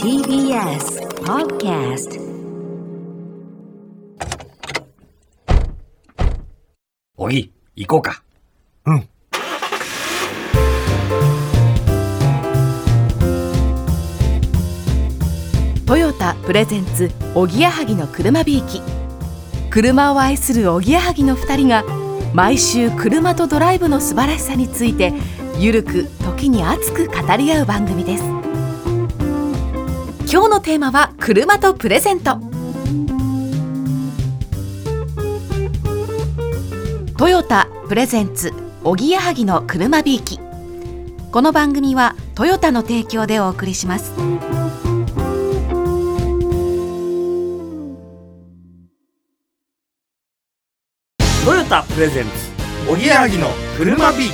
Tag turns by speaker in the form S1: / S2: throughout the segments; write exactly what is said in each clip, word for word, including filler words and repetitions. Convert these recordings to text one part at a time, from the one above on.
S1: ティービーエス Podcast。
S2: おぎ、行こうか。
S3: うん。
S4: トヨタプレゼンツおぎやはぎの車びいき。車を愛するおぎやはぎのふたりが毎週車とドライブの素晴らしさについてゆるく時に熱く語り合う番組です。今日のテーマは車とプレゼント。トヨタプレゼンツおぎやはぎの車びいき。この番組はトヨタの提供でお送りします。
S2: トヨタプレゼンツ
S3: おぎやはぎの車びいき。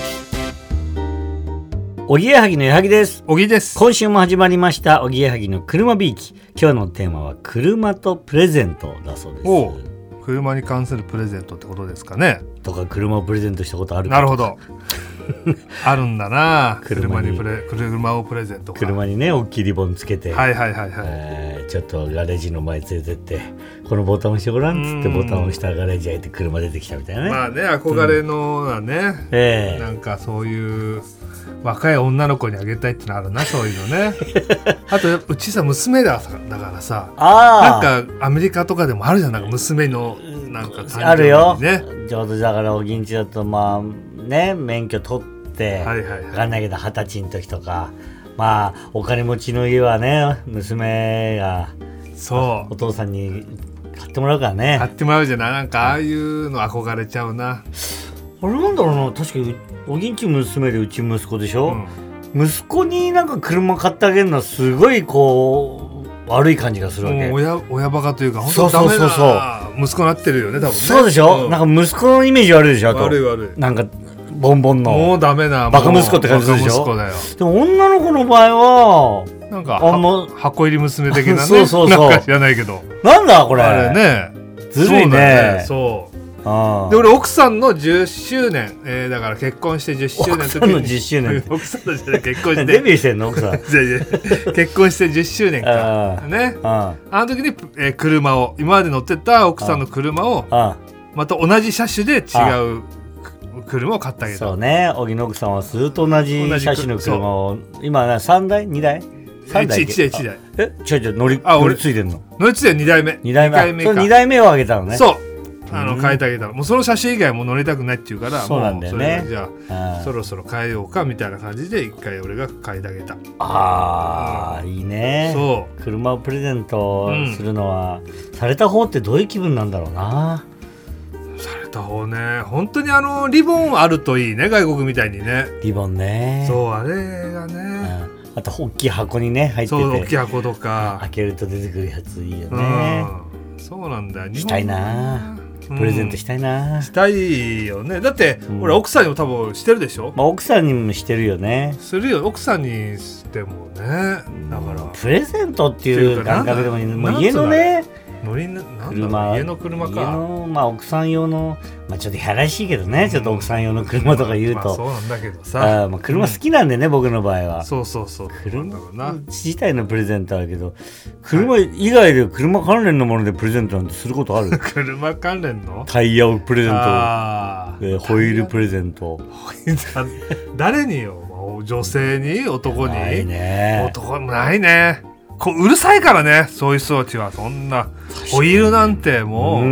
S2: おぎやはぎのやはぎです。
S3: おぎです。
S2: 今週も始まりましたおぎやはぎの車びいき。今日のテーマは車とプレゼントだそうです。
S3: おう、車に関するプレゼントってことですかね。
S2: とか車をプレゼントしたことあるか。
S3: なるほどあるんだな。
S2: 車に
S3: 車にプレ車をプレゼントか。
S2: 車にね大きいリボンつけて、
S3: はいはいはいはい、
S2: えー、ちょっとガレージの前連れてってこのボタン押してごらんっつってボタンを押したらガレージ開いて車出てきたみたいなね。
S3: まあね、憧れのはね、うん
S2: えー、
S3: なんかそういう若い女の子にあげたいってのあるな、そういうのねあとうちさ娘だだからさ、
S2: あ
S3: なんかアメリカとかでもあるじゃん、なんか娘のなんか誕生日にね
S2: あるよ。ちょうどだからおぎんちだとまあね免許取って
S3: はいはいはい、
S2: 分かんないけど二十歳の時とか、まあお金持ちの家はね娘が
S3: そう
S2: お父さんに買ってもらうからね。
S3: 買ってもらうじゃない。なんかああいうの憧れちゃうな。
S2: あれなんだろうな、確かにおぎんち娘でうち息子でしょ、うん、息子になんか車買ってあげるのはすごいこう悪い感じがするわけ。
S3: もう 親, 親バカというか本当ダメな息子になってるよね多分ね。
S2: そうでしょ、うん、なんか息子のイメージ悪いでしょ。あと
S3: 悪い悪い、
S2: なんかボンボンの
S3: もうダメな
S2: バカ息子って感じするでしょ。
S3: バカ息子だよ。
S2: でも女の子の場合は
S3: なんかあんま箱入り娘的なね
S2: そうそうそう、
S3: なんか知らないけど
S2: なんだこれ
S3: あれね、
S2: ずるいね。
S3: そう、
S2: あ
S3: で俺奥さんのじゅっしゅうねん、えー、だから結婚してじゅっしゅうねんの時に
S2: 奥さんのじゅっしゅうねん
S3: 奥さんのじゅっしゅうねん結婚して
S2: デビューしてんの奥さん
S3: 結婚してじゅっしゅうねんかね。ああの時に、えー、車を今まで乗ってた奥さんの車をまた同じ車種で違う車を買ってあげた。
S2: そうね、荻野奥さんはずっと同じ車種の車を今さんだいにだいさんだい
S3: いちだいいちだい
S2: え違う違う乗り乗り継いでんの。
S3: 乗り継いでにだいめ
S2: にだいめ
S3: 目
S2: そのにだいめをあげたのね。
S3: そうあの変えてあげたの。もうその車種以外も乗りたくないっていうから、
S2: そうなんだよね。
S3: もうそれじゃあそろそろ変えようかみたいな感じで一回俺が変えてあげた。
S2: ああ、うん、いいね。そう車をプレゼントするのは、うん、された方ってどういう気分なんだろうな。
S3: された方ね、本当にあのリボンあるといいね、外国みたいにね。
S2: リボンね。
S3: そうあれがね、うん、
S2: あと大きい箱にね入ってて、
S3: そう大きい箱とか
S2: 開けると出てくるやついいよね、
S3: うん、そうなんだよ。
S2: したいな、プレゼントしたいな、
S3: うん、したいよね。だって、うん、俺奥さんにも多分してるでしょ、
S2: まあ、奥さんにもしてるよね。
S3: するよ、奥さんにしてもね。だから
S2: プレゼントっていう感覚でもいい。もう家のね
S3: 乗りななん
S2: 車、
S3: 家の車か、
S2: 家の、まあ、奥さん用の、まあ、ちょっとやらしいけどね、うん、ちょっと奥さん用の車とか言うと、まあ、
S3: そうなんだけどさ、
S2: あ、まあ、車好きなんでね、うん、僕の場合は。
S3: そうそうそう、
S2: 車自体のプレゼントあるけど、車以外で車関連のものでプレゼントなんてすることある？
S3: 車関連の
S2: タイヤをプレゼント、えー、ホイールプレゼント
S3: 誰によ、女性に男に？
S2: ないね、
S3: 男もないね。こううるさいからね、そういう人たちは。そんなホイールなんてもう、うん、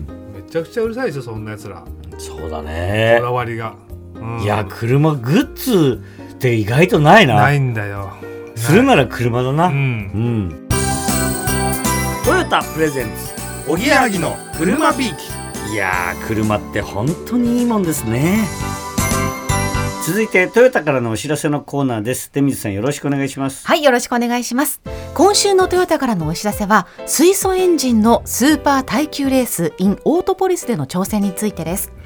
S3: めちゃくちゃうるさいですよ、そんなやつら。
S2: そうだね、
S3: こだわりが、うん、
S2: いや車グッズって意外とないな。
S3: ないんだよ。
S2: するなら車だな、うん、うん、
S3: トヨタプレゼンツおぎやはぎの車びいき。
S2: いやー、車って本当にいいもんですね。続いてトヨタからのお知らせのコーナーです。出水さん、よろしくお願いします。
S4: はい、よろしくお願いします。今週のトヨタからのお知らせは、水素エンジンのスーパー耐久レース in オートポリスでの挑戦についてです。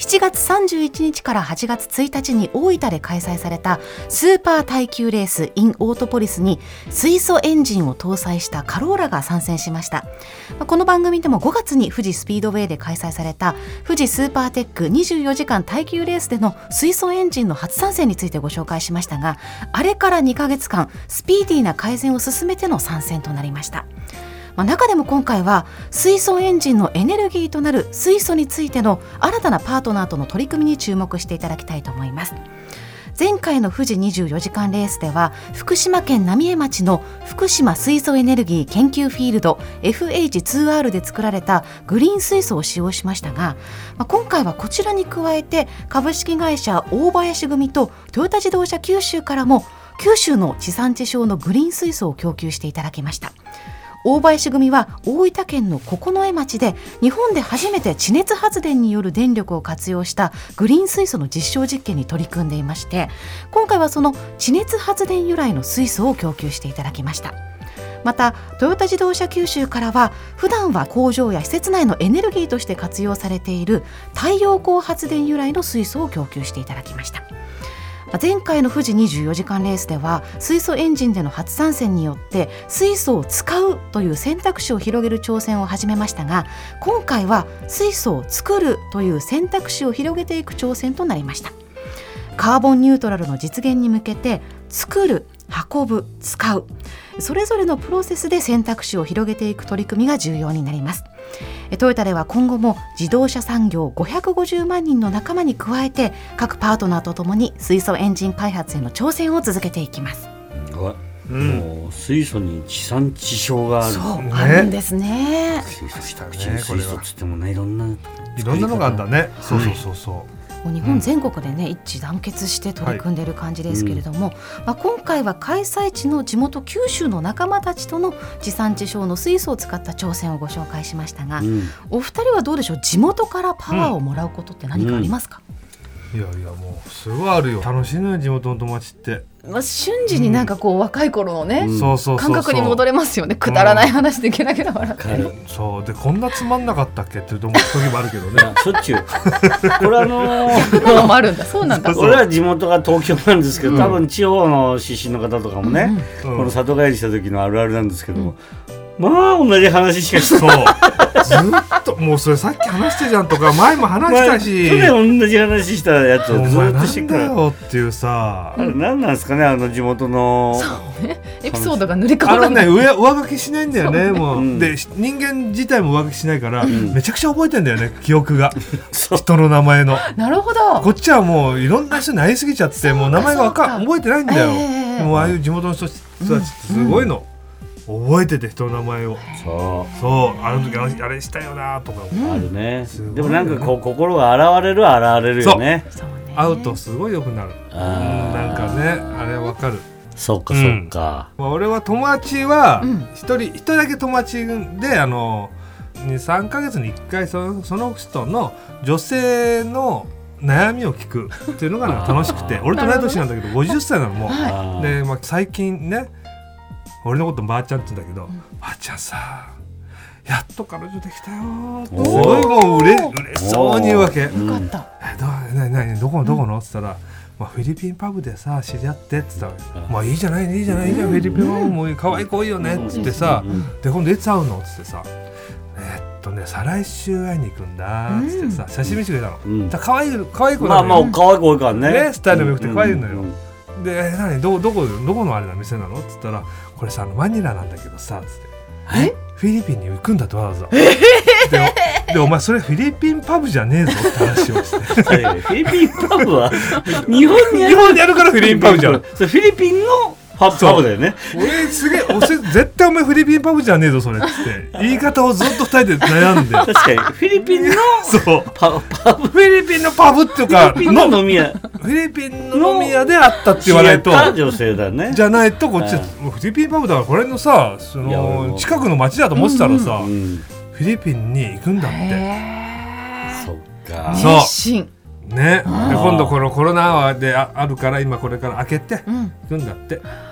S4: しちがつさんじゅういちにちからはちがつついたちに大分で開催されたスーパー耐久レース in オートポリスに水素エンジンを搭載したカローラが参戦しました。この番組でもごがつに富士スピードウェイで開催された富士スーパーテックにじゅうよじかん耐久レースでの水素エンジンの初参戦についてご紹介しましたが、あれからにかげつかんスピーディーな改善を進めての参戦となりました。まあ、中でも今回は水素エンジンのエネルギーとなる水素についての新たなパートナーとの取り組みに注目していただきたいと思います。前回の富士にじゅうよじかんレースでは福島県浪江町の福島水素エネルギー研究フィールド エフエイチツーアール で作られたグリーン水素を使用しましたが、まあ、今回はこちらに加えて株式会社大林組とトヨタ自動車九州からも九州の地産地消のグリーン水素を供給していただきました。大林組は大分県の九重町で日本で初めて地熱発電による電力を活用したグリーン水素の実証実験に取り組んでいまして、今回はその地熱発電由来の水素を供給していただきました。またトヨタ自動車九州からは普段は工場や施設内のエネルギーとして活用されている太陽光発電由来の水素を供給していただきました。前回の富士にじゅうよじかんレースでは水素エンジンでの初参戦によって水素を使うという選択肢を広げる挑戦を始めましたが、今回は水素を作るという選択肢を広げていく挑戦となりました。カーボンニュートラルの実現に向けて作る、運ぶ、使う、それぞれのプロセスで選択肢を広げていく取り組みが重要になります。トヨタでは今後も自動車産業ごひゃくごじゅうまんにんの仲間に加えて各パートナーとともに水素エンジン開発への挑戦を続けていきます。
S2: うん、もう水素に地産地消がある。
S4: そう、ね、あるんですね。
S2: 水素した口に水素っつってもね、いろんない
S3: ろんなのがあるんだね。そうそうそうそう、はい
S4: もう日本全国でね、うん、一致団結して取り組んでいる感じですけれども、はいまあ、今回は開催地の地元九州の仲間たちとの地産地消の水素を使った挑戦をご紹介しましたが、うん、お二人はどうでしょう、地元からパワーをもらうことって何かありますか？
S3: うんうん、いやいやもうすごいあるよ。楽しいのよ地元の友達って。
S4: まあ、瞬時になんかこう、うん、若い頃のね、
S3: うん、
S4: 感覚に戻れますよね。くだらない話でゲラゲラ笑って、
S3: うん、そうでこんなつまんなかったっけって思う時もあるけどね
S2: しょっちゅうこれあのー、
S4: 逆なのもあるんだ。そうなんだ。
S2: 俺は地元が東京なんですけど、うん、多分地方の出身の方とかもね、うん、この里帰りした時のあるあるなんですけど、うん、まあ同じ話しかして
S3: そうずっともうそれさっき話してじゃんとか前も話したし、
S2: まあ、それ同じ話したやつをずっとしてくる。
S3: なんだよっていうさ、
S2: あれ何なんですかね、あの地元の
S4: そう、ね、エピソードが塗り替わらない。
S3: あのね、上, 上書きしないんだよねもう、うん、で人間自体も上書きしないから、うん、めちゃくちゃ覚えてんだよね記憶が人の名前の。
S4: なるほど。
S3: こっちはもういろんな人に会いすぎちゃってもう名前がわか覚えてないんだよ、えー、でもああいう地元の人たちってすごいの、うん、覚えてて人の名前を。そうそうあの時あれしたよなとか、
S2: うん、あるね。でもなんかこう心が現れる現れるよね。
S3: そう会うとすごい良くなる。うん、なんかねあれわかる。
S2: そうかそうか、
S3: うん、俺は友達は一人一人だけ友達であのにさんかげつにいっかいその、その人の女性の悩みを聞くっていうのが楽しくて俺と同い年なんだけどごじゅっさいなのもうで、まあ、最近ね俺のことばあちゃんって言うんだけど、うん、ばあちゃんさやっと彼女できたよってすごいもううれ嬉しそうに言うわけ。よ
S4: かった。
S3: えどななどこのどこのって言ったら、まあ、フィリピンパブでさ知り合ってって言ったら、まあいいじゃないいいじゃないいいじゃん、フィリピンパブも可愛い子いいよねって言ってさ、で今度いつ会うのって言ってさ、えー、っとね再来週会いに行くんだって言ってさ、写真見せてくれたの、うん、だ可愛い可愛い子なのよ。
S2: まあまあ可愛い子多いからね、
S3: ねスタイルも良くて可愛いのよ、うんうんうん、でえ何 ど, ど, こどこのあれな店なのって言ったらこれさマニラなんだけどさつってえフィリピンに行くんだとわざわざ、えー、で, でお前それフィリピンパブじゃねえぞって話をして
S2: フィリピンパブは日本にある
S3: 日本にあるからフィリピンパブじゃん
S2: それフィリピンのパブだよね。
S3: 俺すげえ絶対お前フィリピンパブじゃねえぞそれって言い方をずっとふたりで悩んで
S2: 確かにフィリピンの
S3: そう
S2: パパブ
S3: フィリピンのパブっていうか
S2: フィリピンの飲み屋
S3: フィリピンの飲み屋であったって言わないと
S2: 女性だね
S3: じゃないとこっちはフィリピンパブだからこれのさその近くの町だと思ってたらさ、うんうん、フィリピンに行くんだって
S2: そっか
S3: そう熱心ね、で今度このコロナで あ, あるから今これから開けて行くんだって、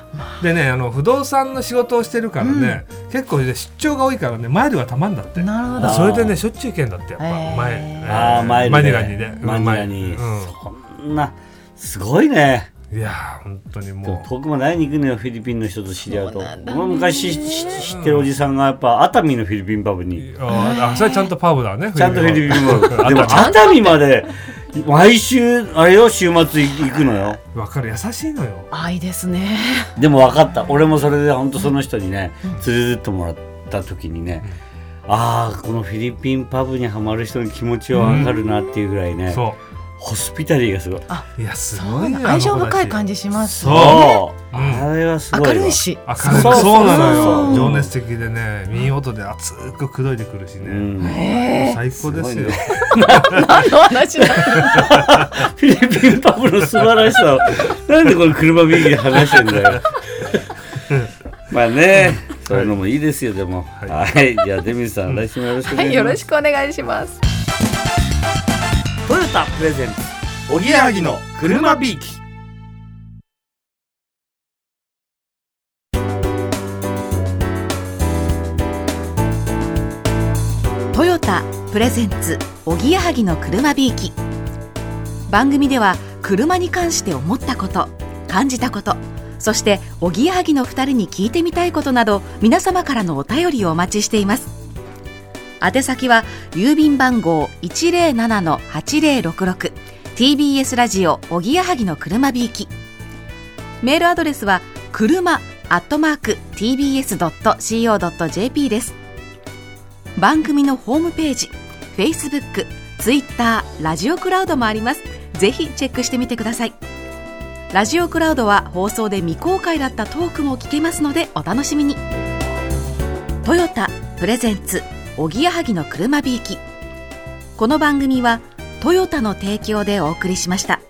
S3: でねあの不動産の仕事をしてるからね、うん、結構、ね、出張が多いからねマイルがたまんだって。
S4: なるほど。
S3: それでねしょっちゅう行けんだってやっぱ、えー、前、え
S2: ー、あマイル
S3: マニラにね
S2: マニラに、うん、そんなすごいね。
S3: いや本当にもう
S2: 遠くまで会いに行くのよフィリピンの人と知り合うと。俺昔知ってるおじさんがやっぱ熱海のフィリピンパブに、
S3: ああそれちゃんとパブだね
S2: ちゃんとフィリピンパブでも熱海まで毎週あれよ週末行くのよ。
S3: わかる優しいのよ。
S4: 愛ですね。
S2: でも分かった俺もそれで本当その人にね連れてってもらった時にね、うん、ああこのフィリピンパブにはまる人の気持ちは分かるなっていうぐらいね、うん、そうホスピタリーがすごい。
S4: あ
S3: いやすごいね
S4: 愛情深い感じします
S2: ね。そう、うん、あれはすごいわ。
S4: 明るいし
S3: 明るいそうそうなのよ。情熱的でね耳元で熱く口説いてくるしね、うん、最高ですよ。
S4: 何の話だ
S2: フィリピンパブの素晴らしさをなんでこれ車ビーキで話してんだよまあねそういうのもいいですよ。でもはい、はい、じゃあデミスさん来週もよろしくお願いします、はい、
S4: よろしくお願いします。
S2: トヨタプレゼンツおぎやはぎの車ビーキ。
S4: トヨタプレゼンツおぎやはぎの車ビーキ。番組では車に関して思ったこと感じたこと、そしておぎやはぎのふたりに聞いてみたいことなど皆様からのお便りをお待ちしています。宛先は郵便番号 いちぜろななのはちぜろろくろく ティービーエス ラジオおぎやはぎの車ビーキ。メールアドレスは車アットマーク ティービーエスドットシーオードットジェーピー です。番組のホームページ Facebook、Twitter、ラジオクラウドもあります。ぜひチェックしてみてください。ラジオクラウドは放送で未公開だったトークも聞けますのでお楽しみに。トヨタプレゼンツおぎやはぎの車ビーキ。この番組はトヨタの提供でお送りしました。